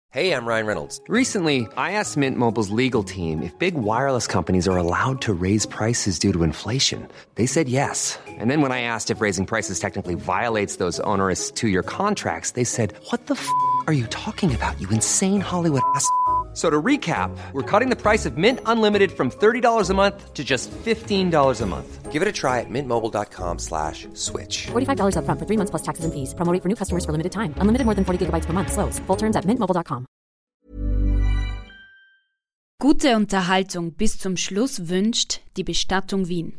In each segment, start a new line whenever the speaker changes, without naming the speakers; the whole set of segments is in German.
Hey, I'm Ryan Reynolds.
Recently, I asked Mint Mobile's legal team if big wireless companies are allowed to raise prices due to inflation. They said yes. And then when I asked if raising prices technically violates those onerous two-year contracts, they said, "What the f*** are you talking about, you insane Hollywood ass?" So to recap, we're cutting the price of Mint Unlimited from $30 a month to just $15 a month.
Give it a try at mintmobile.com/switch.
$45 up front for 3 months plus taxes and fees. Promo rate for new customers for limited time. Unlimited more than 40 gigabytes per month. Slows full terms at mintmobile.com.
Gute Unterhaltung bis zum Schluss wünscht die Bestattung Wien.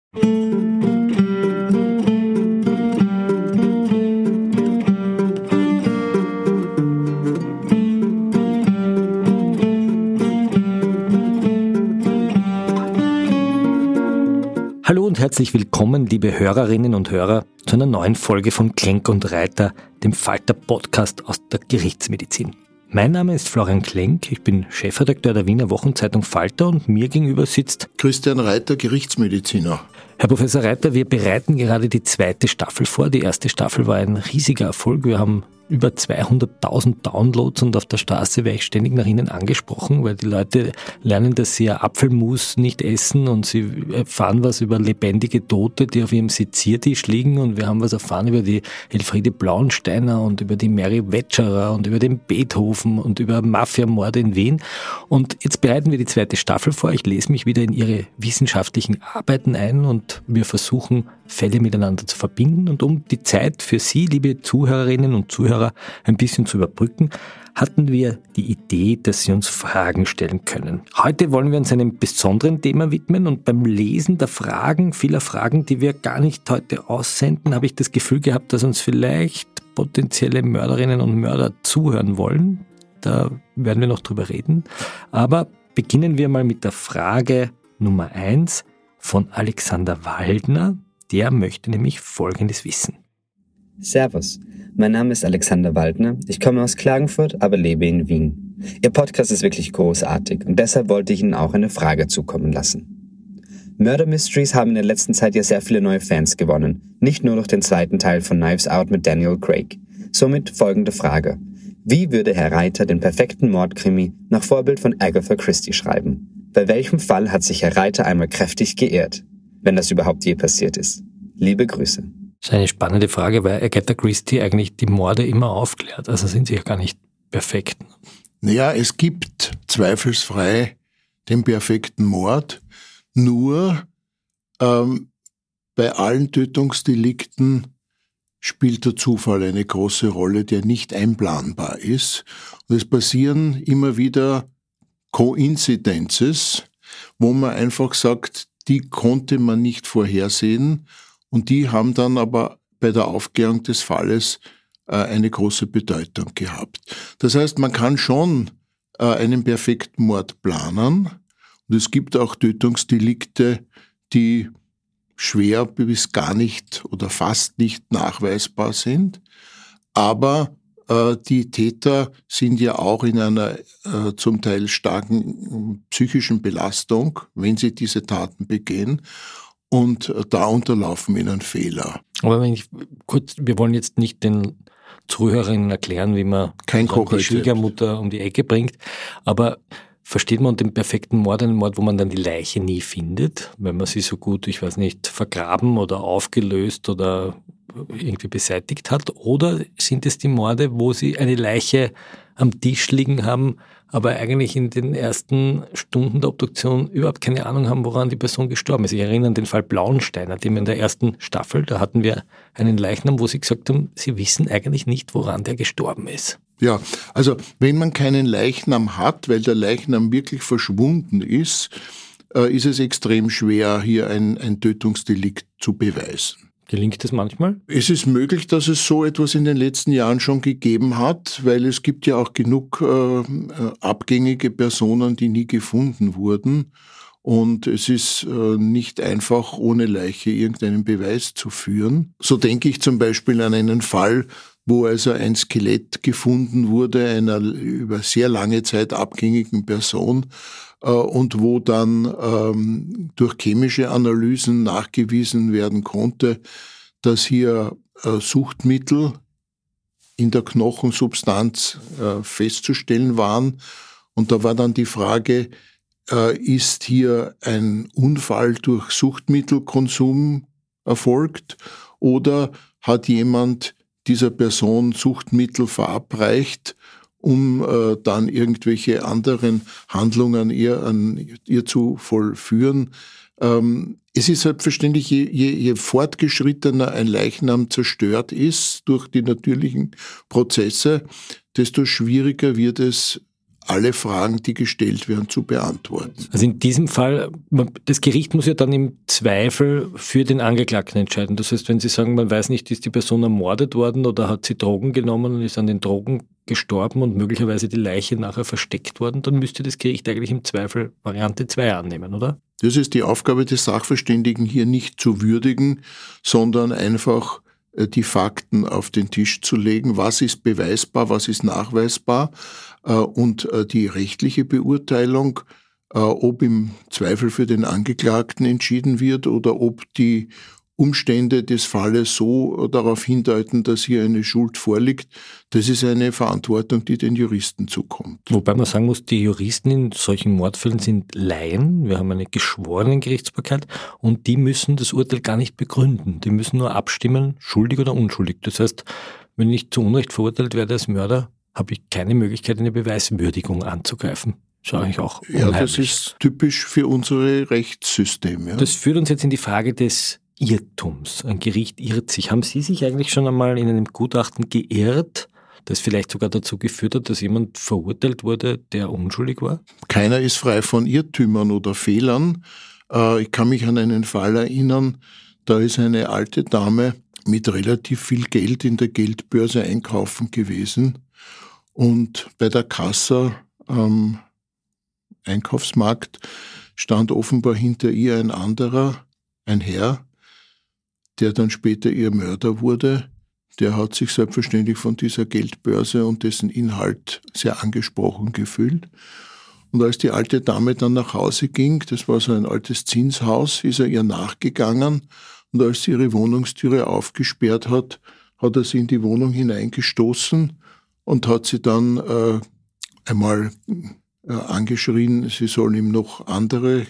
Hallo und herzlich willkommen, liebe Hörerinnen und Hörer, zu einer neuen Folge von Klenk und Reiter, dem Falter-Podcast aus der Gerichtsmedizin. Mein Name ist Florian Klenk, ich bin Chefredakteur der Wiener Wochenzeitung Falter und mir gegenüber sitzt
Christian Reiter, Gerichtsmediziner.
Herr Professor Reiter, wir bereiten gerade die zweite Staffel vor. Die erste Staffel war ein riesiger Erfolg. Wir haben über 200.000 Downloads und auf der Straße werde ich ständig nach Ihnen angesprochen, weil die Leute lernen, dass sie ja Apfelmus nicht essen und sie erfahren was über lebendige Tote, die auf ihrem Seziertisch liegen, und wir haben was erfahren über die Elfriede Blauensteiner und über die Mary Wetscherer und über den Beethoven und über Mafiamorde in Wien. Und jetzt bereiten wir die zweite Staffel vor. Ich lese mich wieder in Ihre wissenschaftlichen Arbeiten ein und wir versuchen, Fälle miteinander zu verbinden. Und um die Zeit für Sie, liebe Zuhörerinnen und Zuhörer, ein bisschen zu überbrücken, hatten wir die Idee, dass Sie uns Fragen stellen können. Heute wollen wir uns einem besonderen Thema widmen und beim Lesen der Fragen, vieler Fragen, die wir gar nicht heute aussenden, habe ich das Gefühl gehabt, dass uns vielleicht potenzielle Mörderinnen und Mörder zuhören wollen. Da werden wir noch drüber reden. Aber beginnen wir mal mit der Frage Nummer 1 von Alexander Waldner. Der möchte nämlich Folgendes wissen.
Servus, mein Name ist Alexander Waldner, ich komme aus Klagenfurt, aber lebe in Wien. Ihr Podcast ist wirklich großartig und deshalb wollte ich Ihnen auch eine Frage zukommen lassen. Murder Mysteries haben in der letzten Zeit ja sehr viele neue Fans gewonnen, nicht nur durch den zweiten Teil von Knives Out mit Daniel Craig. Somit folgende Frage. Wie würde Herr Reiter den perfekten Mordkrimi nach Vorbild von Agatha Christie schreiben? Bei welchem Fall hat sich Herr Reiter einmal kräftig geehrt? Wenn das überhaupt je passiert ist. Liebe Grüße.
Das ist eine spannende Frage, weil Agatha Christie eigentlich die Morde immer aufklärt. Also sind sie ja gar nicht perfekt.
Naja, es gibt zweifelsfrei den perfekten Mord. Nur bei allen Tötungsdelikten spielt der Zufall eine große Rolle, der nicht einplanbar ist. Und es passieren immer wieder Coincidences, wo man einfach sagt, die konnte man nicht vorhersehen und die haben dann aber bei der Aufklärung des Falles eine große Bedeutung gehabt. Das heißt, man kann schon einen perfekten Mord planen und es gibt auch Tötungsdelikte, die schwer bis gar nicht oder fast nicht nachweisbar sind, aber die Täter sind ja auch in einer zum Teil starken psychischen Belastung, wenn sie diese Taten begehen, und da unterlaufen ihnen Fehler.
Aber wir wollen jetzt nicht den Zuhörerinnen erklären, wie man die Schwiegermutter um die Ecke bringt, aber versteht man unter dem perfekten Mord einen Mord, wo man dann die Leiche nie findet, wenn man sie so gut, ich weiß nicht, vergraben oder aufgelöst oder irgendwie beseitigt hat? Oder sind es die Morde, wo sie eine Leiche am Tisch liegen haben, aber eigentlich in den ersten Stunden der Obduktion überhaupt keine Ahnung haben, woran die Person gestorben ist? Ich erinnere an den Fall Blauensteiner, dem in der ersten Staffel, da hatten wir einen Leichnam, wo sie gesagt haben, sie wissen eigentlich nicht, woran der gestorben ist.
Ja, also wenn man keinen Leichnam hat, weil der Leichnam wirklich verschwunden ist es extrem schwer, hier ein Tötungsdelikt zu beweisen.
Gelingt das manchmal?
Es ist möglich, dass es so etwas in den letzten Jahren schon gegeben hat, weil es gibt ja auch genug abgängige Personen, die nie gefunden wurden. Und es ist nicht einfach, ohne Leiche irgendeinen Beweis zu führen. So denke ich zum Beispiel an einen Fall, wo also ein Skelett gefunden wurde, einer über sehr lange Zeit abgängigen Person, und wo dann durch chemische Analysen nachgewiesen werden konnte, dass hier Suchtmittel in der Knochensubstanz festzustellen waren. Und da war dann die Frage, ist hier ein Unfall durch Suchtmittelkonsum erfolgt oder hat jemand dieser Person Suchtmittel verabreicht, um dann irgendwelche anderen Handlungen an ihr zu vollführen. Es ist selbstverständlich, je fortgeschrittener ein Leichnam zerstört ist durch die natürlichen Prozesse, desto schwieriger wird es, alle Fragen, die gestellt werden, zu beantworten.
Also in diesem Fall, das Gericht muss ja dann im Zweifel für den Angeklagten entscheiden. Das heißt, wenn Sie sagen, man weiß nicht, ist die Person ermordet worden oder hat sie Drogen genommen und ist an den Drogen gestorben und möglicherweise die Leiche nachher versteckt worden, dann müsste das Gericht eigentlich im Zweifel Variante 2 annehmen, oder?
Das ist die Aufgabe des Sachverständigen, hier nicht zu würdigen, sondern einfach die Fakten auf den Tisch zu legen. Was ist beweisbar, was ist nachweisbar? Und die rechtliche Beurteilung, ob im Zweifel für den Angeklagten entschieden wird oder ob die Umstände des Falles so darauf hindeuten, dass hier eine Schuld vorliegt, das ist eine Verantwortung, die den Juristen zukommt.
Wobei man sagen muss, die Juristen in solchen Mordfällen sind Laien. Wir haben eine geschworene Gerichtsbarkeit und die müssen das Urteil gar nicht begründen. Die müssen nur abstimmen, schuldig oder unschuldig. Das heißt, wenn ich zu Unrecht verurteilt werde als Mörder, habe ich keine Möglichkeit, eine Beweiswürdigung anzugreifen. Das ist eigentlich auch unheimlich.
Ja, das ist typisch für unsere Rechtssysteme. Ja.
Das führt uns jetzt in die Frage des Irrtums. Ein Gericht irrt sich. Haben Sie sich eigentlich schon einmal in einem Gutachten geirrt, das vielleicht sogar dazu geführt hat, dass jemand verurteilt wurde, der unschuldig war?
Keiner ist frei von Irrtümern oder Fehlern. Ich kann mich an einen Fall erinnern, da ist eine alte Dame mit relativ viel Geld in der Geldbörse einkaufen gewesen und bei der Kasse am Einkaufsmarkt stand offenbar hinter ihr ein anderer, ein Herr, der dann später ihr Mörder wurde. Der hat sich selbstverständlich von dieser Geldbörse und dessen Inhalt sehr angesprochen gefühlt. Und als die alte Dame dann nach Hause ging, das war so ein altes Zinshaus, ist er ihr nachgegangen und als sie ihre Wohnungstüre aufgesperrt hat, hat er sie in die Wohnung hineingestoßen und hat sie dann einmal angeschrien, sie soll ihm noch andere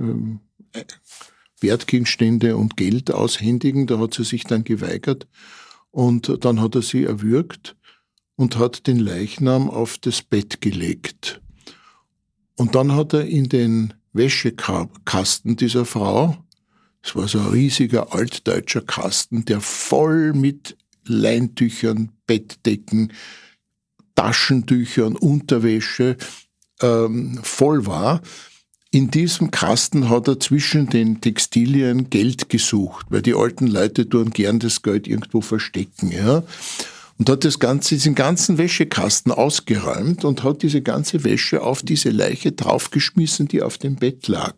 Wertgegenstände und Geld aushändigen. Da hat sie sich dann geweigert und dann hat er sie erwürgt und hat den Leichnam auf das Bett gelegt. Und dann hat er in den Wäschekasten dieser Frau, es war so ein riesiger altdeutscher Kasten, der voll mit Leintüchern, Bettdecken, Taschentüchern, Unterwäsche voll war. In diesem Kasten hat er zwischen den Textilien Geld gesucht, weil die alten Leute tun gern das Geld irgendwo verstecken, ja. Und hat diesen ganzen Wäschekasten ausgeräumt und hat diese ganze Wäsche auf diese Leiche draufgeschmissen, die auf dem Bett lag.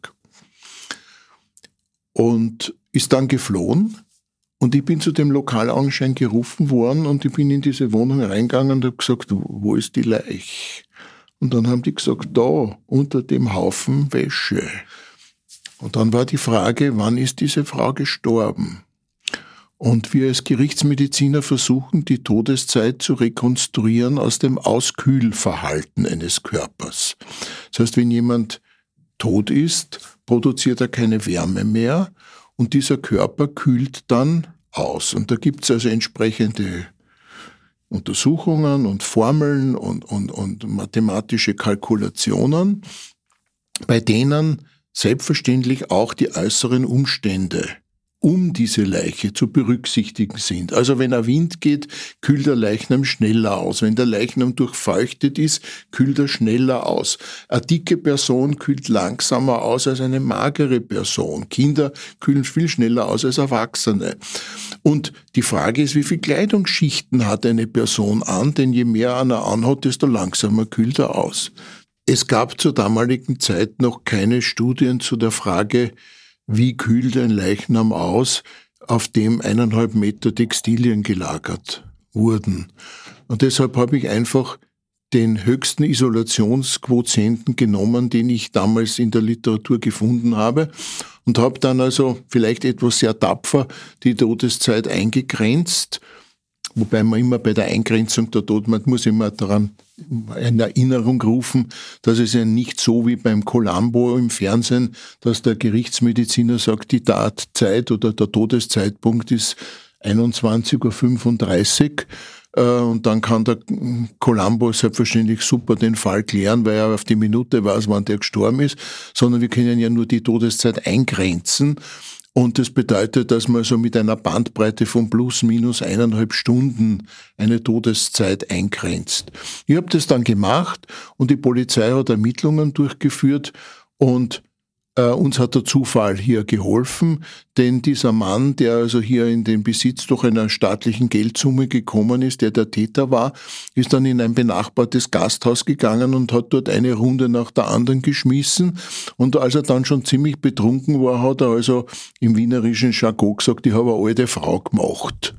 Und ist dann geflohen. Und ich bin zu dem Lokalaugenschein gerufen worden und ich bin in diese Wohnung reingegangen und habe gesagt, wo ist die Leiche? Und dann haben die gesagt, da, unter dem Haufen Wäsche. Und dann war die Frage, wann ist diese Frau gestorben? Und wir als Gerichtsmediziner versuchen, die Todeszeit zu rekonstruieren aus dem Auskühlverhalten eines Körpers. Das heißt, wenn jemand tot ist, produziert er keine Wärme mehr und dieser Körper kühlt dann aus. Und da gibt es also entsprechende Untersuchungen und Formeln und mathematische Kalkulationen, bei denen selbstverständlich auch die äußeren Umstände um diese Leiche zu berücksichtigen sind. Also wenn ein Wind geht, kühlt der Leichnam schneller aus. Wenn der Leichnam durchfeuchtet ist, kühlt er schneller aus. Eine dicke Person kühlt langsamer aus als eine magere Person. Kinder kühlen viel schneller aus als Erwachsene. Und die Frage ist, wie viele Kleidungsschichten hat eine Person an? Denn je mehr einer anhat, desto langsamer kühlt er aus. Es gab zur damaligen Zeit noch keine Studien zu der Frage, wie kühlt ein Leichnam aus, auf dem 1,5 Meter Textilien gelagert wurden. Und deshalb habe ich einfach den höchsten Isolationsquotienten genommen, den ich damals in der Literatur gefunden habe und habe dann also vielleicht etwas sehr tapfer die Todeszeit eingegrenzt. Wobei man immer bei der Eingrenzung der Tod, man muss immer daran in Erinnerung rufen, dass es ja nicht so wie beim Columbo im Fernsehen, dass der Gerichtsmediziner sagt, die Tatzeit oder der Todeszeitpunkt ist 21:35 Uhr. Und dann kann der Columbo selbstverständlich super den Fall klären, weil er auf die Minute weiß, wann der gestorben ist, sondern wir können ja nur die Todeszeit eingrenzen. Und das bedeutet, dass man so mit einer Bandbreite von plus minus 1,5 Stunden eine Todeszeit eingrenzt. Ich habe das dann gemacht und die Polizei hat Ermittlungen durchgeführt und uns hat der Zufall hier geholfen, denn dieser Mann, der also hier in den Besitz durch einer staatlichen Geldsumme gekommen ist, der Täter war, ist dann in ein benachbartes Gasthaus gegangen und hat dort eine Runde nach der anderen geschmissen. Und als er dann schon ziemlich betrunken war, hat er also im wienerischen Jargon gesagt, ich habe eine alte Frau gemacht.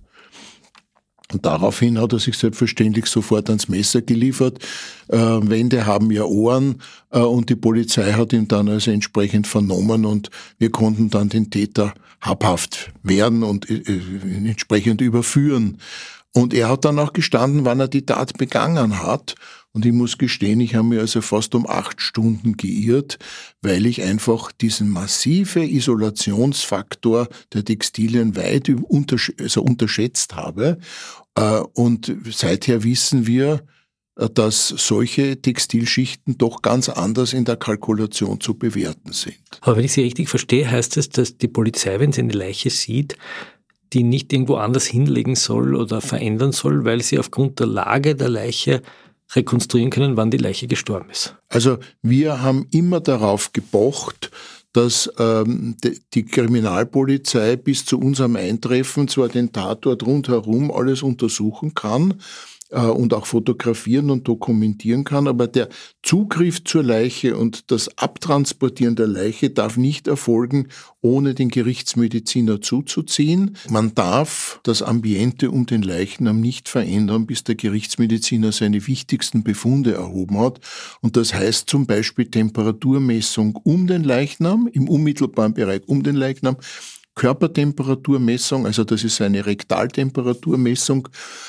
Und daraufhin hat er sich selbstverständlich sofort ans Messer geliefert. Wände haben ja Ohren und die Polizei hat ihn dann also entsprechend vernommen und wir konnten dann den Täter habhaft werden und entsprechend überführen. Und er hat dann auch gestanden, wann er die Tat begangen hat. Und ich muss gestehen, ich habe mich also fast um 8 Stunden geirrt, weil ich einfach diesen massive Isolationsfaktor der Textilien weit unterschätzt habe. Und seither wissen wir, dass solche Textilschichten doch ganz anders in der Kalkulation zu bewerten sind.
Aber wenn ich Sie richtig verstehe, heißt es, dass die Polizei, wenn sie eine Leiche sieht, die nicht irgendwo anders hinlegen soll oder verändern soll, weil sie aufgrund der Lage der Leiche rekonstruieren können, wann die Leiche gestorben ist.
Also wir haben immer darauf gepocht, dass die Kriminalpolizei bis zu unserem Eintreffen zwar den Tatort rundherum alles untersuchen kann und auch fotografieren und dokumentieren kann, aber der Zugriff zur Leiche und das Abtransportieren der Leiche darf nicht erfolgen, ohne den Gerichtsmediziner zuzuziehen. Man darf das Ambiente um den Leichnam nicht verändern, bis der Gerichtsmediziner seine wichtigsten Befunde erhoben hat. Und das heißt zum Beispiel Temperaturmessung um den Leichnam, im unmittelbaren Bereich um den Leichnam, Körpertemperaturmessung, also das ist eine Rektaltemperaturmessung,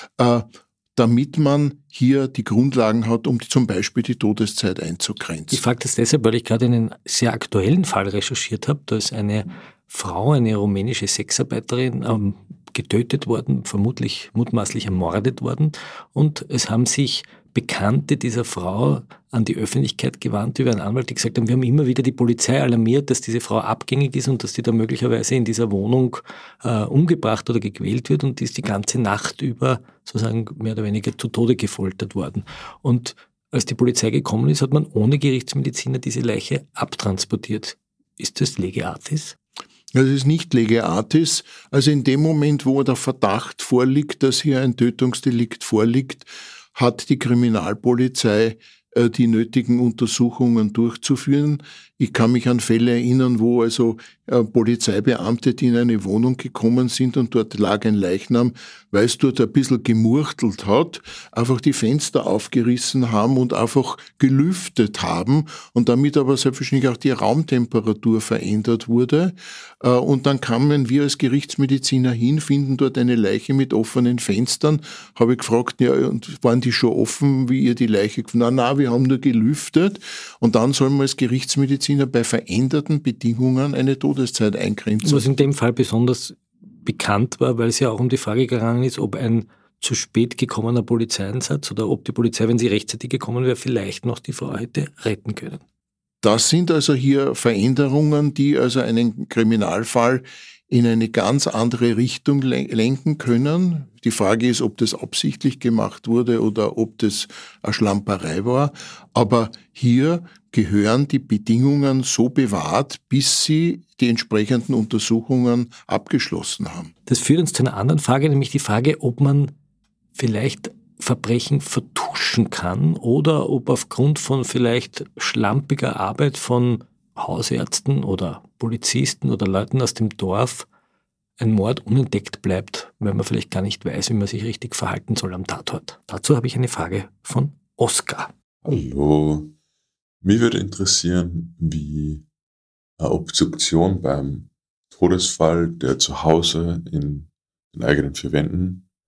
damit man hier die Grundlagen hat, um zum Beispiel die Todeszeit einzugrenzen.
Ich frage das deshalb, weil ich gerade einen sehr aktuellen Fall recherchiert habe. Da ist eine Frau, eine rumänische Sexarbeiterin, getötet worden, mutmaßlich ermordet worden. Und es haben sich Bekannte dieser Frau an die Öffentlichkeit gewandt über einen Anwalt, die gesagt haben, wir haben immer wieder die Polizei alarmiert, dass diese Frau abgängig ist und dass die da möglicherweise in dieser Wohnung umgebracht oder gequält wird und die ist die ganze Nacht über sozusagen mehr oder weniger zu Tode gefoltert worden. Und als die Polizei gekommen ist, hat man ohne Gerichtsmediziner diese Leiche abtransportiert. Ist das lege artis?
Das ist nicht lege artis. Also in dem Moment, wo der Verdacht vorliegt, dass hier ein Tötungsdelikt vorliegt, hat die Kriminalpolizei die nötigen Untersuchungen durchzuführen. Ich kann mich an Fälle erinnern, wo also Polizeibeamte, die in eine Wohnung gekommen sind und dort lag ein Leichnam, weil es dort ein bisschen gemurchtelt hat, einfach die Fenster aufgerissen haben und einfach gelüftet haben und damit aber selbstverständlich auch die Raumtemperatur verändert wurde. Und dann kamen wir als Gerichtsmediziner hin, finden dort eine Leiche mit offenen Fenstern. Habe ich gefragt, ja, und waren die schon offen, wie ihr die Leiche gefunden? Nein, wir haben nur gelüftet. Und dann soll man als Gerichtsmediziner bei veränderten Bedingungen eine Todeszeit eingrenzen.
Was in dem Fall besonders bekannt war, weil es ja auch um die Frage gegangen ist, ob ein zu spät gekommener Polizeieinsatz oder ob die Polizei, wenn sie rechtzeitig gekommen wäre, vielleicht noch die Frau hätte retten können.
Das sind also hier Veränderungen, die also einen Kriminalfall in eine ganz andere Richtung lenken können. Die Frage ist, ob das absichtlich gemacht wurde oder ob das eine Schlamperei war. Aber hier gehören die Bedingungen so bewahrt, bis sie die entsprechenden Untersuchungen abgeschlossen haben.
Das führt uns zu einer anderen Frage, nämlich die Frage, ob man vielleicht Verbrechen vertuschen kann oder ob aufgrund von vielleicht schlampiger Arbeit von Hausärzten oder Polizisten oder Leuten aus dem Dorf ein Mord unentdeckt bleibt, weil man vielleicht gar nicht weiß, wie man sich richtig verhalten soll am Tatort. Dazu habe ich eine Frage von Oskar.
Hallo, mich würde interessieren, wie eine Obduktion beim Todesfall, der zu Hause in den eigenen 4 Wänden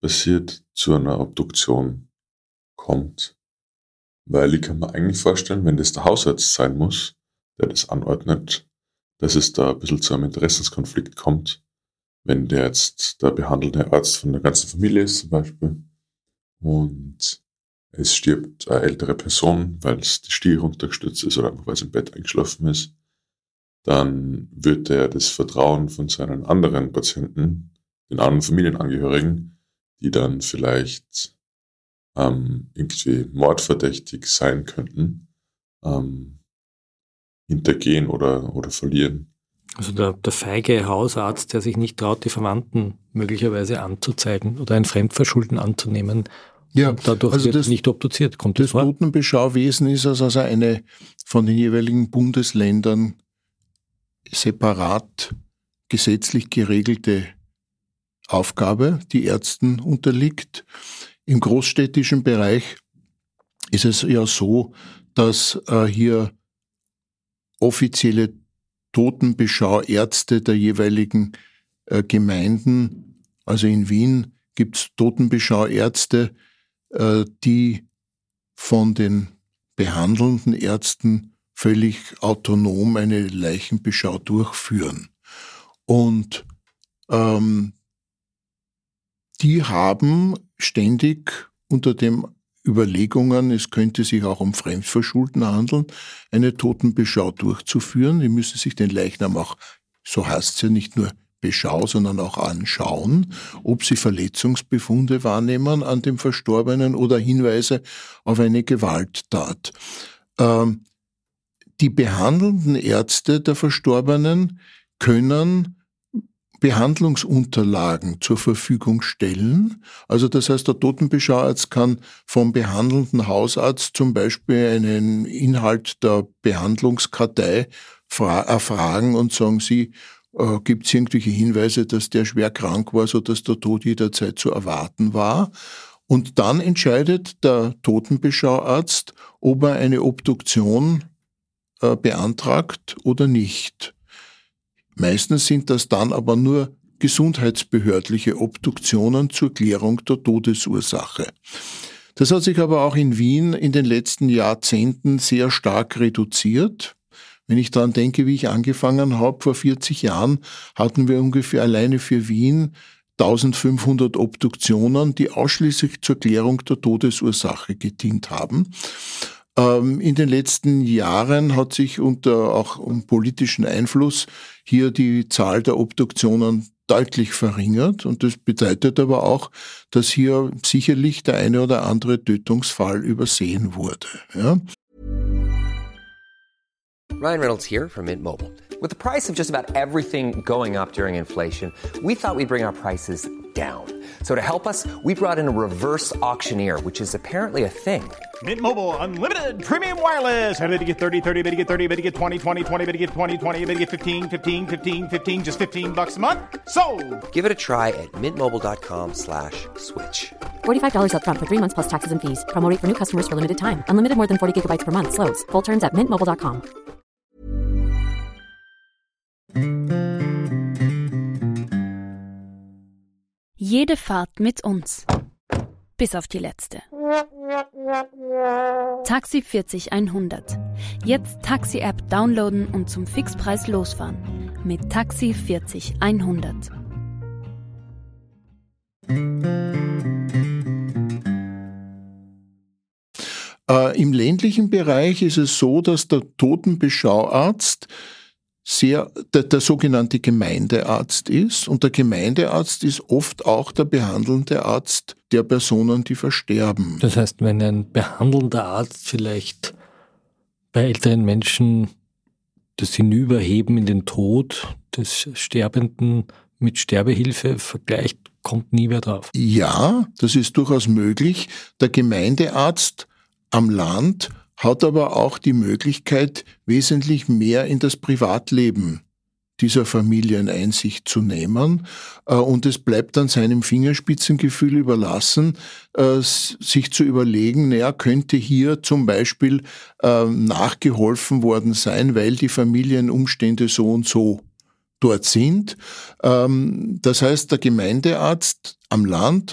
passiert, zu einer Obduktion kommt. Weil ich kann mir eigentlich vorstellen, wenn das der Hausarzt sein muss, der das anordnet, dass es da ein bisschen zu einem Interessenskonflikt kommt, wenn der jetzt der behandelnde Arzt von der ganzen Familie ist zum Beispiel und es stirbt eine ältere Person, weil es die Stiege runtergestürzt ist oder einfach weil es im Bett eingeschlafen ist, dann wird er das Vertrauen von seinen anderen Patienten, den anderen Familienangehörigen, die dann vielleicht irgendwie mordverdächtig sein könnten, hintergehen oder verlieren.
Also der feige Hausarzt, der sich nicht traut, die Verwandten möglicherweise anzuzeigen oder ein Fremdverschulden anzunehmen,
Ja,
dadurch
also
wird nicht obduziert. Kommt das vor?
Totenbeschauwesen ist also eine von den jeweiligen Bundesländern separat gesetzlich geregelte Aufgabe, die Ärzten unterliegt. Im großstädtischen Bereich ist es ja so, dass hier offizielle Totenbeschauärzte der jeweiligen Gemeinden, also in Wien gibt es Totenbeschauärzte, die von den behandelnden Ärzten völlig autonom eine Leichenbeschau durchführen. Und die haben ständig unter dem Überlegungen, es könnte sich auch um Fremdverschulden handeln, eine Totenbeschau durchzuführen. Die müssen sich den Leichnam auch, so heißt es ja, nicht nur Beschau, sondern auch anschauen, ob sie Verletzungsbefunde wahrnehmen an dem Verstorbenen oder Hinweise auf eine Gewalttat. Die behandelnden Ärzte der Verstorbenen können Behandlungsunterlagen zur Verfügung stellen. Also das heißt, der Totenbeschauarzt kann vom behandelnden Hausarzt zum Beispiel einen Inhalt der Behandlungskartei erfragen und sagen, gibt es irgendwelche Hinweise, dass der schwer krank war, sodass der Tod jederzeit zu erwarten war? Und dann entscheidet der Totenbeschauarzt, ob er eine Obduktion beantragt oder nicht. Meistens sind das dann aber nur gesundheitsbehördliche Obduktionen zur Klärung der Todesursache. Das hat sich aber auch in Wien in den letzten Jahrzehnten sehr stark reduziert. Wenn ich daran denke, wie ich angefangen habe, vor 40 Jahren hatten wir ungefähr alleine für Wien 1500 Obduktionen, die ausschließlich zur Klärung der Todesursache gedient haben. In den letzten Jahren hat sich unter auch politischen Einfluss hier die Zahl der Obduktionen deutlich verringert und das bedeutet aber auch, dass hier sicherlich der eine oder andere Tötungsfall übersehen wurde. Ja?
Ryan Reynolds here from Mint Mobile. With the price of just about everything going up during inflation, we thought we'd bring our prices down. So to help us, we brought in a reverse auctioneer, which is apparently a thing.
Mint Mobile Unlimited Premium Wireless. How to get 30, 30, bit to get 30, bit to get 20, 20, 20, bit to get 20, 20, bit to get 15, 15, 15, 15, just $15 a month? Sold!
Give it a try at mintmobile.com/switch.
$45 up front for 3 months plus taxes and fees. Promo rate for new customers for limited time. Unlimited more than 40 gigabytes per month. Slows full terms at mintmobile.com.
Jede Fahrt mit uns. Bis auf die letzte. Taxi 40100. Jetzt Taxi-App downloaden und zum Fixpreis losfahren. Mit Taxi 40100.
Im ländlichen Bereich ist es so, dass der Totenbeschauarzt der sogenannte Gemeindearzt ist und der Gemeindearzt ist oft auch der behandelnde Arzt der Personen, die versterben.
Das heißt, wenn ein behandelnder Arzt vielleicht bei älteren Menschen das Hinüberheben in den Tod des Sterbenden mit Sterbehilfe vergleicht, kommt nie mehr drauf.
Ja, das ist durchaus möglich. Der Gemeindearzt am Land hat aber auch die Möglichkeit, wesentlich mehr in das Privatleben dieser Familien Einsicht zu nehmen. Und es bleibt dann seinem Fingerspitzengefühl überlassen, sich zu überlegen, könnte hier zum Beispiel nachgeholfen worden sein, weil die Familienumstände so und so dort sind. Das heißt, der Gemeindearzt am Land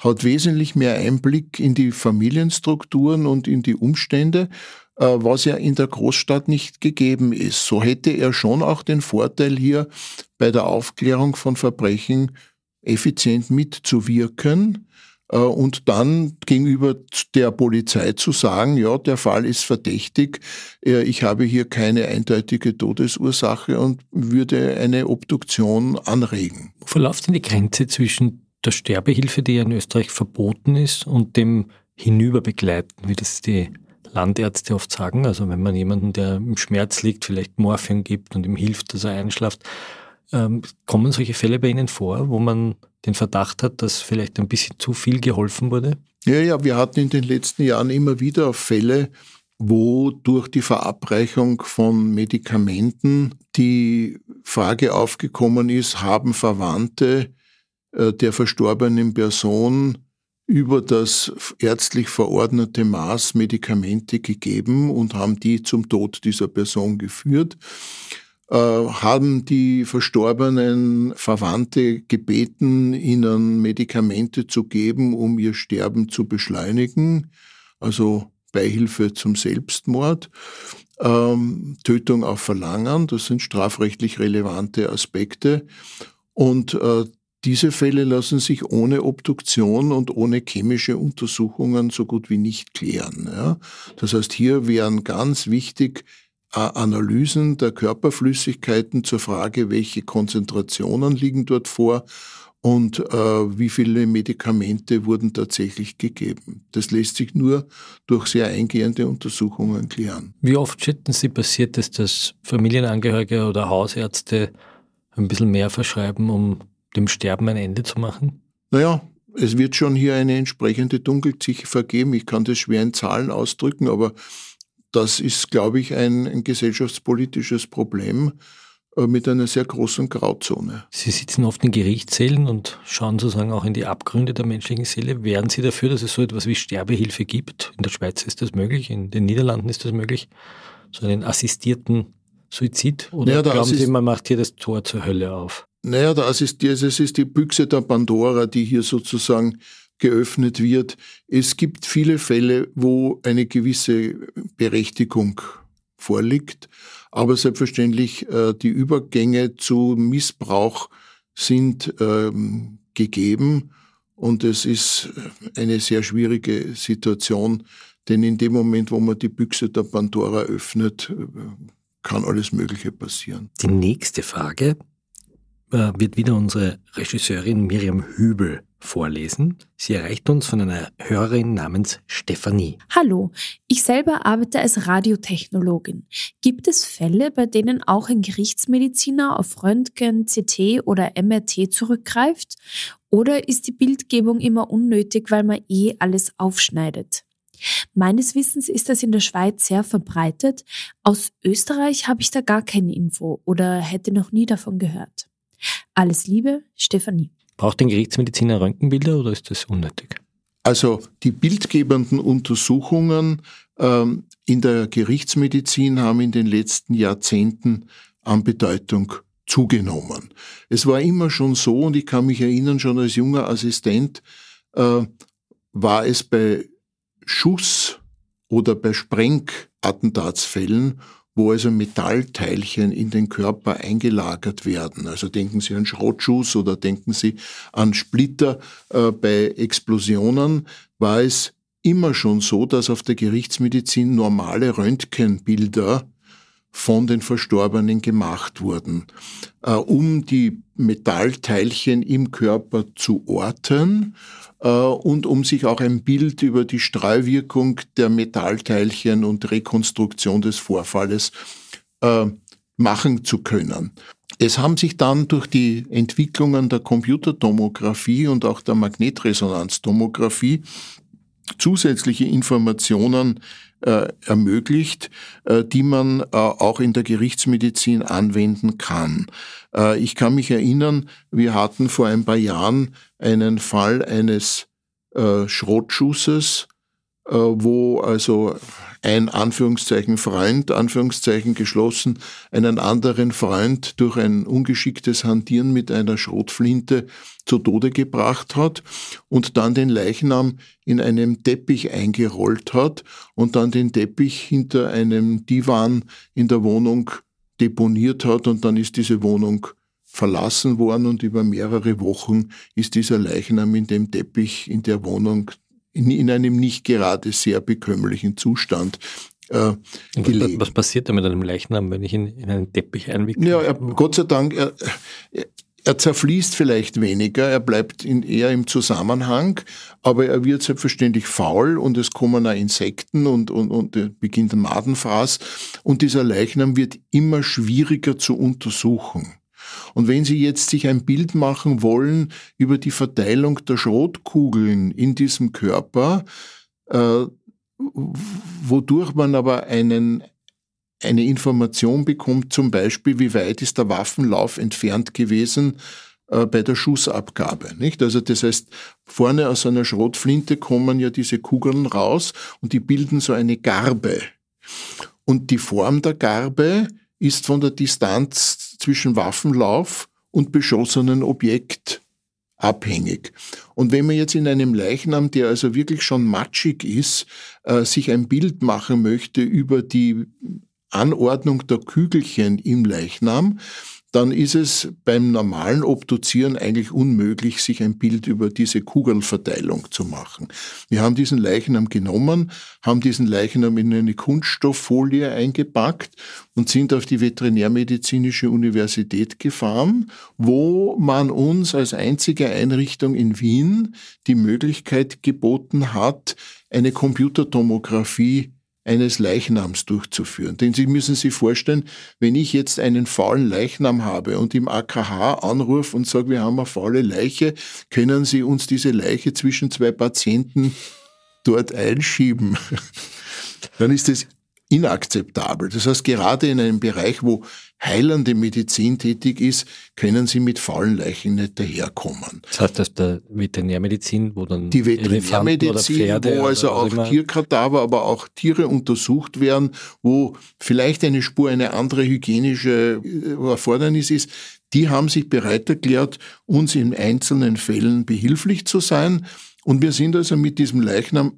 hat wesentlich mehr Einblick in die Familienstrukturen und in die Umstände, was ja in der Großstadt nicht gegeben ist. So hätte er schon auch den Vorteil, hier bei der Aufklärung von Verbrechen effizient mitzuwirken und dann gegenüber der Polizei zu sagen, ja, der Fall ist verdächtig, ich habe hier keine eindeutige Todesursache und würde eine Obduktion anregen.
Wo verläuft denn die Grenze zwischen der Sterbehilfe, die ja in Österreich verboten ist, und dem Hinüberbegleiten, wie das die Landärzte oft sagen? Also wenn man jemanden, der im Schmerz liegt, vielleicht Morphium gibt und ihm hilft, dass er einschläft, kommen solche Fälle bei Ihnen vor, wo man den Verdacht hat, dass vielleicht ein bisschen zu viel geholfen wurde?
Ja, wir hatten in den letzten Jahren immer wieder Fälle, wo durch die Verabreichung von Medikamenten die Frage aufgekommen ist, haben Verwandte der verstorbenen Person über das ärztlich verordnete Maß Medikamente gegeben und haben die zum Tod dieser Person geführt. Haben die verstorbenen Verwandte gebeten, ihnen Medikamente zu geben, um ihr Sterben zu beschleunigen, also Beihilfe zum Selbstmord, Tötung auf Verlangen, das sind strafrechtlich relevante Aspekte. Und diese Fälle lassen sich ohne Obduktion und ohne chemische Untersuchungen so gut wie nicht klären. Ja. Das heißt, hier wären ganz wichtig Analysen der Körperflüssigkeiten zur Frage, welche Konzentrationen liegen dort vor und wie viele Medikamente wurden tatsächlich gegeben. Das lässt sich nur durch sehr eingehende Untersuchungen klären.
Wie oft schätzen Sie, passiert es, dass Familienangehörige oder Hausärzte ein bisschen mehr verschreiben, um dem Sterben ein Ende zu machen?
Naja, es wird schon hier eine entsprechende Dunkelziffer geben. Ich kann das schwer in Zahlen ausdrücken, aber das ist, glaube ich, ein gesellschaftspolitisches Problem mit einer sehr großen Grauzone.
Sie sitzen oft in Gerichtssälen und schauen sozusagen auch in die Abgründe der menschlichen Seele. Wären Sie dafür, dass es so etwas wie Sterbehilfe gibt? In der Schweiz ist das möglich, in den Niederlanden ist das möglich, so einen assistierten Suizid? Oder glauben Sie, man macht hier das Tor zur Hölle auf?
Naja, es ist die Büchse der Pandora, die hier sozusagen geöffnet wird. Es gibt viele Fälle, wo eine gewisse Berechtigung vorliegt, aber selbstverständlich die Übergänge zu Missbrauch sind gegeben und es ist eine sehr schwierige Situation, denn in dem Moment, wo man die Büchse der Pandora öffnet, kann alles Mögliche passieren.
Die nächste Frage wird wieder unsere Regisseurin Miriam Hübel vorlesen. Sie erreicht uns von einer Hörerin namens Stefanie.
Hallo, ich selber arbeite als Radiotechnologin. Gibt es Fälle, bei denen auch ein Gerichtsmediziner auf Röntgen, CT oder MRT zurückgreift? Oder ist die Bildgebung immer unnötig, weil man alles aufschneidet? Meines Wissens ist das in der Schweiz sehr verbreitet. Aus Österreich habe ich da gar keine Info oder hätte noch nie davon gehört. Alles Liebe, Stefanie.
Braucht ein Gerichtsmediziner Röntgenbilder oder ist das unnötig?
Also die bildgebenden Untersuchungen in der Gerichtsmedizin haben in den letzten Jahrzehnten an Bedeutung zugenommen. Es war immer schon so, und ich kann mich erinnern, schon als junger Assistent war es bei Schuss- oder bei Sprengattentatsfällen, wo also Metallteilchen in den Körper eingelagert werden. Also denken Sie an Schrottschuss oder denken Sie an Splitter bei Explosionen, war es immer schon so, dass auf der Gerichtsmedizin normale Röntgenbilder von den Verstorbenen gemacht wurden, um die Metallteilchen im Körper zu orten und um sich auch ein Bild über die Streuwirkung der Metallteilchen und Rekonstruktion des Vorfalles machen zu können. Es haben sich dann durch die Entwicklungen der Computertomographie und auch der Magnetresonanztomographie zusätzliche Informationen ermöglicht, die man auch in der Gerichtsmedizin anwenden kann. Ich kann mich erinnern, wir hatten vor ein paar Jahren einen Fall eines Schrottschusses, wo also ein Anführungszeichen Freund, Anführungszeichen geschlossen, einen anderen Freund durch ein ungeschicktes Hantieren mit einer Schrotflinte zu Tode gebracht hat und dann den Leichnam in einem Teppich eingerollt hat und dann den Teppich hinter einem Divan in der Wohnung deponiert hat und dann ist diese Wohnung verlassen worden und über mehrere Wochen ist dieser Leichnam in dem Teppich in der Wohnung in einem nicht gerade sehr bekömmlichen Zustand gelegen.
Was passiert da mit einem Leichnam, wenn ich ihn in einen Teppich einwickle?
Ja, Gott sei Dank, er zerfließt vielleicht weniger, er bleibt eher im Zusammenhang, aber er wird selbstverständlich faul und es kommen auch Insekten und beginnt ein Madenfraß und dieser Leichnam wird immer schwieriger zu untersuchen. Und wenn Sie jetzt sich ein Bild machen wollen über die Verteilung der Schrotkugeln in diesem Körper, wodurch man aber eine Information bekommt, zum Beispiel, wie weit ist der Waffenlauf entfernt gewesen bei der Schussabgabe. Nicht? Also das heißt, vorne aus einer Schrotflinte kommen ja diese Kugeln raus und die bilden so eine Garbe. Und die Form der Garbe ist von der Distanz zwischen Waffenlauf und beschossenen Objekt abhängig. Und wenn man jetzt in einem Leichnam, der also wirklich schon matschig ist, sich ein Bild machen möchte über die Anordnung der Kügelchen im Leichnam, dann ist es beim normalen Obduzieren eigentlich unmöglich, sich ein Bild über diese Kugelverteilung zu machen. Wir haben diesen Leichnam genommen, haben diesen Leichnam in eine Kunststofffolie eingepackt und sind auf die Veterinärmedizinische Universität gefahren, wo man uns als einzige Einrichtung in Wien die Möglichkeit geboten hat, eine Computertomographie eines Leichnams durchzuführen. Denn Sie müssen sich vorstellen, wenn ich jetzt einen faulen Leichnam habe und im AKH anrufe und sage, wir haben eine faule Leiche, können Sie uns diese Leiche zwischen zwei Patienten dort einschieben? Dann ist das inakzeptabel. Das heißt, gerade in einem Bereich, wo heilende Medizin tätig ist, können Sie mit faulen Leichen nicht daherkommen.
Das heißt, dass der Veterinärmedizin, wo dann
die Veterinärmedizin, wo also auch Tierkadaver, aber auch Tiere untersucht werden, wo vielleicht eine Spur eine andere hygienische Erfordernis ist, die haben sich bereit erklärt, uns in einzelnen Fällen behilflich zu sein. Und wir sind also mit diesem Leichnam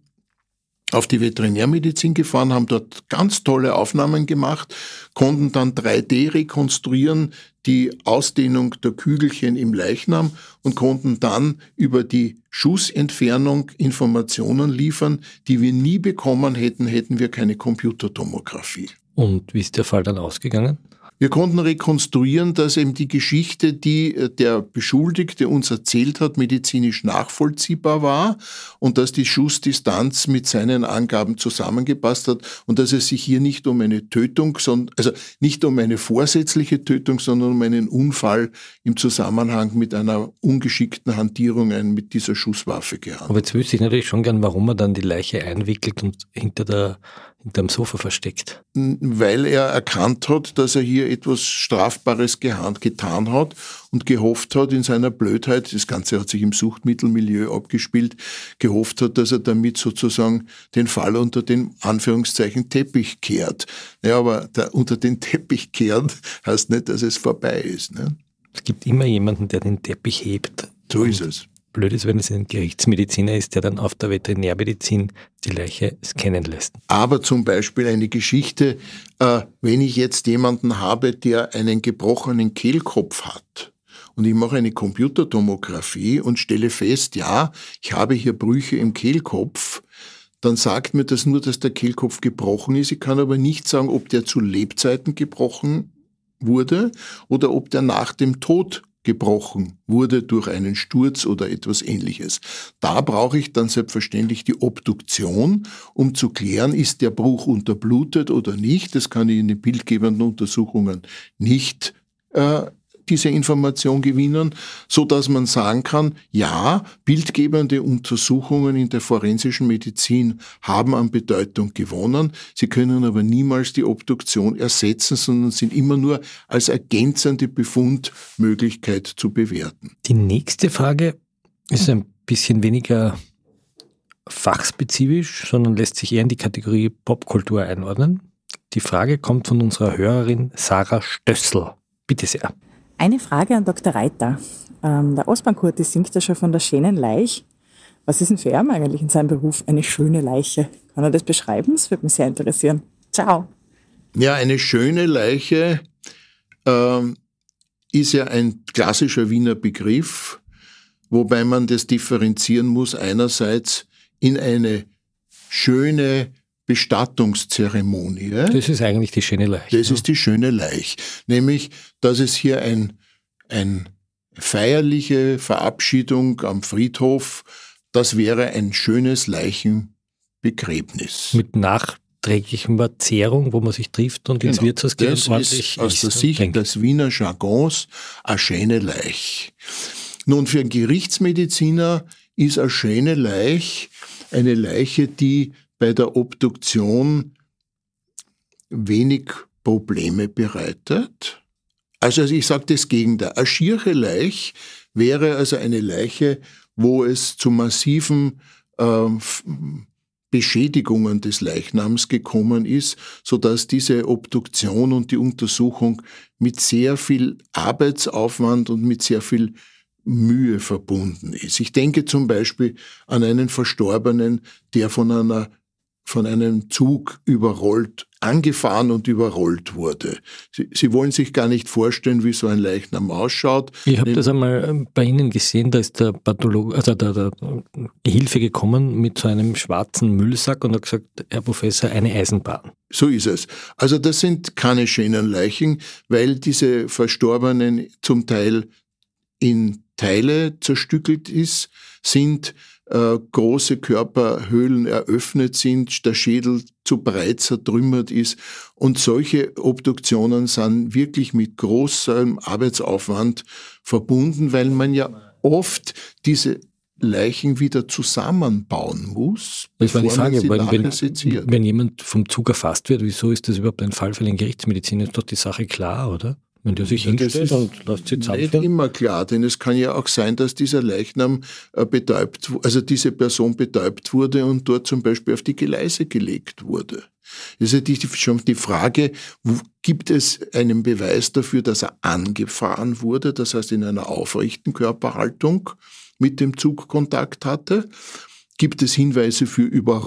auf die Veterinärmedizin gefahren, haben dort ganz tolle Aufnahmen gemacht, konnten dann 3D rekonstruieren, die Ausdehnung der Kügelchen im Leichnam und konnten dann über die Schussentfernung Informationen liefern, die wir nie bekommen hätten, hätten wir keine Computertomographie.
Und wie ist der Fall dann ausgegangen?
Wir konnten rekonstruieren, dass eben die Geschichte, die der Beschuldigte uns erzählt hat, medizinisch nachvollziehbar war und dass die Schussdistanz mit seinen Angaben zusammengepasst hat und dass es sich hier nicht um eine Tötung, also nicht um eine vorsätzliche Tötung, sondern um einen Unfall im Zusammenhang mit einer ungeschickten Hantierung mit dieser Schusswaffe gehandelt.
Aber jetzt wüsste ich natürlich schon gern, warum er dann die Leiche einwickelt und hinterm Sofa versteckt.
Weil er erkannt hat, dass er hier etwas Strafbares getan hat und gehofft hat in seiner Blödheit, das Ganze hat sich im Suchtmittelmilieu abgespielt, gehofft hat, dass er damit sozusagen den Fall unter den Anführungszeichen Teppich kehrt. Ja, aber unter den Teppich kehren heißt nicht, dass es vorbei ist. Ne?
Es gibt immer jemanden, der den Teppich hebt.
So ist es.
Blöd ist, wenn es ein Gerichtsmediziner ist, der dann auf der Veterinärmedizin die Leiche scannen lässt.
Aber zum Beispiel eine Geschichte, wenn ich jetzt jemanden habe, der einen gebrochenen Kehlkopf hat und ich mache eine Computertomographie und stelle fest, ja, ich habe hier Brüche im Kehlkopf, dann sagt mir das nur, dass der Kehlkopf gebrochen ist. Ich kann aber nicht sagen, ob der zu Lebzeiten gebrochen wurde oder ob der nach dem Tod gebrochen wurde durch einen Sturz oder etwas Ähnliches. Da brauche ich dann selbstverständlich die Obduktion, um zu klären, ist der Bruch unterblutet oder nicht. Das kann ich in den bildgebenden Untersuchungen nicht diese Information gewinnen, so dass man sagen kann, ja, bildgebende Untersuchungen in der forensischen Medizin haben an Bedeutung gewonnen. Sie können aber niemals die Obduktion ersetzen, sondern sind immer nur als ergänzende Befundmöglichkeit zu bewerten.
Die nächste Frage ist ein bisschen weniger fachspezifisch, sondern lässt sich eher in die Kategorie Popkultur einordnen. Die Frage kommt von unserer Hörerin Sarah Stössel. Bitte sehr.
Eine Frage an Dr. Reiter. Der Osman-Kurti singt ja schon von der schönen Leich. Was ist denn für ihn eigentlich in seinem Beruf eine schöne Leiche? Kann er das beschreiben? Das würde mich sehr interessieren. Ciao.
Ja, eine schöne Leiche ist ja ein klassischer Wiener Begriff, wobei man das differenzieren muss. Einerseits in eine schöne Bestattungszeremonie.
Das ist eigentlich die schöne Leiche.
Das ist die schöne Leiche. Nämlich, dass es hier ein feierliche Verabschiedung am Friedhof, das wäre ein schönes Leichenbegräbnis.
Mit nachträglichen Verzehrung, wo man sich trifft und ins Wirtshaus geht.
Das ist aus der Sicht des Wiener Jargons eine schöne Leiche. Nun, für einen Gerichtsmediziner ist eine schöne Leiche eine Leiche, die bei der Obduktion wenig Probleme bereitet. Also ich sage das Gegenteil. Eine schiere Leiche wäre also eine Leiche, wo es zu massiven Beschädigungen des Leichnams gekommen ist, sodass diese Obduktion und die Untersuchung mit sehr viel Arbeitsaufwand und mit sehr viel Mühe verbunden ist. Ich denke zum Beispiel an einen Verstorbenen, der von einem Zug angefahren und überrollt wurde. Sie wollen sich gar nicht vorstellen, wie so ein Leichnam ausschaut.
Ich habe das einmal bei Ihnen gesehen, da ist der Pathologe, also der Gehilfe gekommen mit so einem schwarzen Müllsack und hat gesagt, Herr Professor, eine Eisenbahn.
So ist es. Also das sind keine schönen Leichen, weil diese Verstorbenen zum Teil in Teile zerstückelt sind, große Körperhöhlen eröffnet sind, der Schädel zu breit zertrümmert ist. Und solche Obduktionen sind wirklich mit großem Arbeitsaufwand verbunden, weil man ja oft diese Leichen wieder zusammenbauen muss.
Das war die Frage, wenn jemand vom Zug erfasst wird, wieso ist das überhaupt ein Fall für den Gerichtsmediziner? Ist doch die Sache klar, oder? Wenn der sich hinstellt und lässt sie zapfen?
Nicht immer klar, denn es kann ja auch sein, dass dieser Leichnam diese Person betäubt wurde und dort zum Beispiel auf die Gleise gelegt wurde. Das ist ja schon die Frage, gibt es einen Beweis dafür, dass er angefahren wurde, das heißt in einer aufrechten Körperhaltung mit dem Zug Kontakt hatte? Gibt es Hinweise für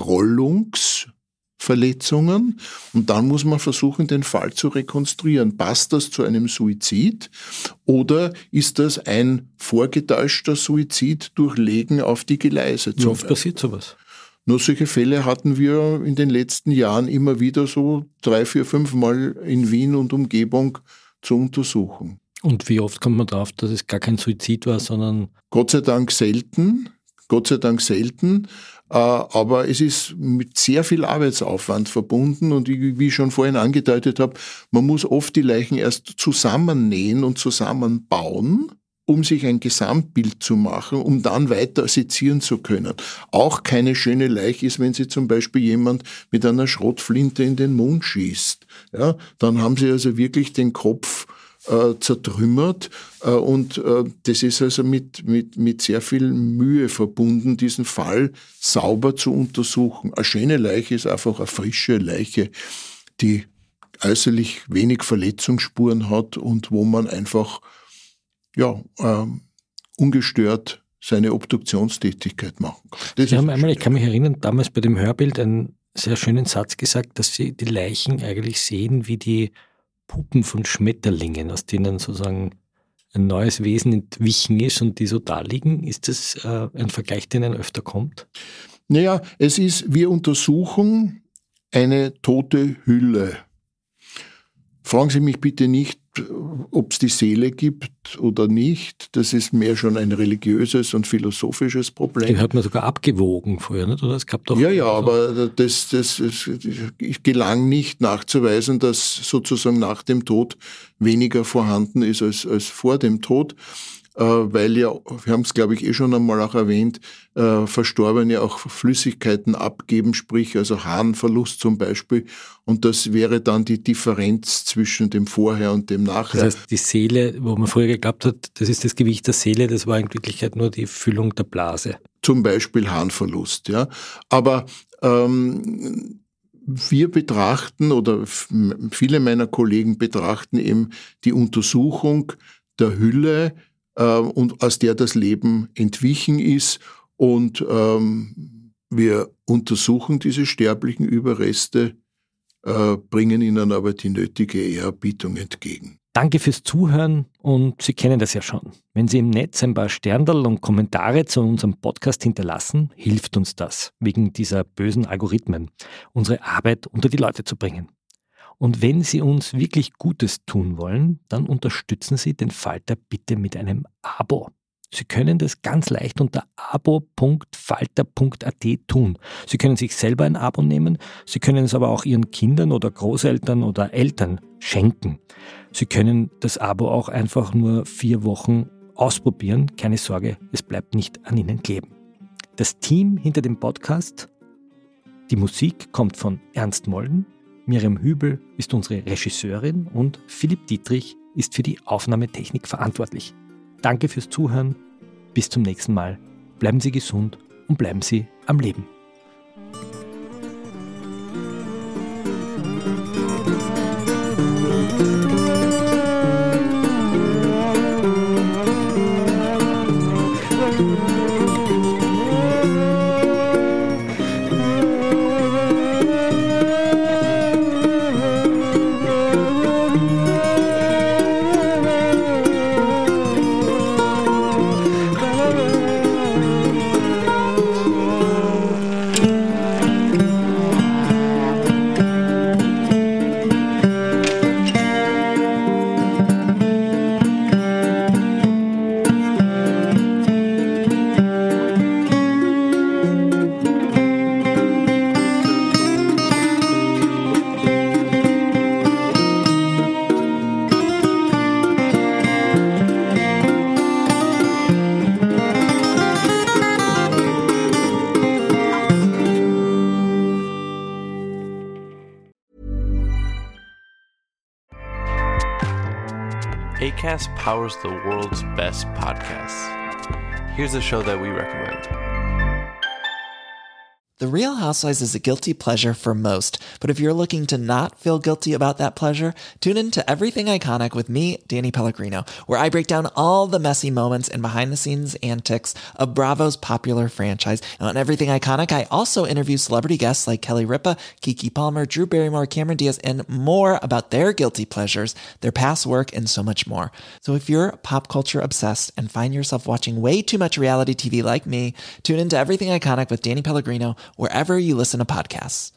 Überrollungsverletzungen? Und dann muss man versuchen, den Fall zu rekonstruieren. Passt das zu einem Suizid oder ist das ein vorgetäuschter Suizid durch Legen auf die Gleise?
Wie oft passiert sowas?
Nur solche Fälle hatten wir in den letzten Jahren immer wieder so 3, 4, 5 Mal in Wien und Umgebung zu untersuchen.
Und wie oft kommt man drauf, dass es gar kein Suizid war, sondern...
Gott sei Dank selten. Aber es ist mit sehr viel Arbeitsaufwand verbunden und wie ich schon vorhin angedeutet habe, man muss oft die Leichen erst zusammennähen und zusammenbauen, um sich ein Gesamtbild zu machen, um dann weiter sezieren zu können. Auch keine schöne Leiche ist, wenn Sie zum Beispiel jemand mit einer Schrotflinte in den Mund schießt. Ja, dann haben Sie also wirklich den Kopf zertrümmert und das ist also mit sehr viel Mühe verbunden, diesen Fall sauber zu untersuchen. Eine schöne Leiche ist einfach eine frische Leiche, die äußerlich wenig Verletzungsspuren hat und wo man einfach ungestört seine Obduktionstätigkeit machen kann.
Sie haben einmal, ich kann mich erinnern, damals bei dem Hörbild einen sehr schönen Satz gesagt, dass Sie die Leichen eigentlich sehen wie die Puppen von Schmetterlingen, aus denen sozusagen ein neues Wesen entwichen ist und die so da liegen. Ist das ein Vergleich, den Ihnen öfter kommt?
Naja, wir untersuchen eine tote Hülle. Fragen Sie mich bitte nicht, ob es die Seele gibt oder nicht. Das ist mehr schon ein religiöses und philosophisches Problem.
Die hat man sogar abgewogen vorher, nicht? Oder? Es gab doch
aber das gelang nicht nachzuweisen, dass sozusagen nach dem Tod weniger vorhanden ist als vor dem Tod. Weil ja, wir haben es glaube ich schon einmal auch erwähnt, Verstorbene auch Flüssigkeiten abgeben, sprich also Harnverlust zum Beispiel. Und das wäre dann die Differenz zwischen dem Vorher und dem Nachher.
Das heißt, die Seele, wo man früher geglaubt hat, das ist das Gewicht der Seele, das war in Wirklichkeit nur die Füllung der Blase.
zum Beispiel Harnverlust. Ja. Aber wir betrachten oder viele meiner Kollegen betrachten eben die Untersuchung der Hülle, und aus der das Leben entwichen ist. Und wir untersuchen diese sterblichen Überreste, bringen ihnen aber die nötige Ehrerbietung entgegen.
Danke fürs Zuhören und Sie kennen das ja schon. Wenn Sie im Netz ein paar Sternerl und Kommentare zu unserem Podcast hinterlassen, hilft uns das, wegen dieser bösen Algorithmen, unsere Arbeit unter die Leute zu bringen. Und wenn Sie uns wirklich Gutes tun wollen, dann unterstützen Sie den Falter bitte mit einem Abo. Sie können das ganz leicht unter abo.falter.at tun. Sie können sich selber ein Abo nehmen, Sie können es aber auch Ihren Kindern oder Großeltern oder Eltern schenken. Sie können das Abo auch einfach nur 4 Wochen ausprobieren. Keine Sorge, es bleibt nicht an Ihnen kleben. Das Team hinter dem Podcast, die Musik kommt von Ernst Molden, Miriam Hübel ist unsere Regisseurin und Philipp Dietrich ist für die Aufnahmetechnik verantwortlich. Danke fürs Zuhören, bis zum nächsten Mal. Bleiben Sie gesund und bleiben Sie am Leben.
Acast powers the world's best podcasts. Here's a show that we recommend.
The Real Housewives is a guilty pleasure for most, but if you're looking to not feel guilty about that pleasure, tune in to Everything Iconic with me, Danny Pellegrino, where I break down all the messy moments and behind-the-scenes antics of Bravo's popular franchise. And on Everything Iconic, I also interview celebrity guests like Kelly Ripa, Keke Palmer, Drew Barrymore, Cameron Diaz, and more about their guilty pleasures, their past work, and so much more. So if you're pop culture obsessed and find yourself watching way too much reality TV like me, tune in to Everything Iconic with Danny Pellegrino, wherever you listen to podcasts.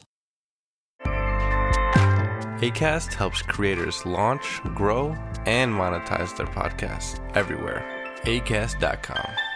Acast helps creators launch, grow, and monetize their podcasts everywhere. Acast.com.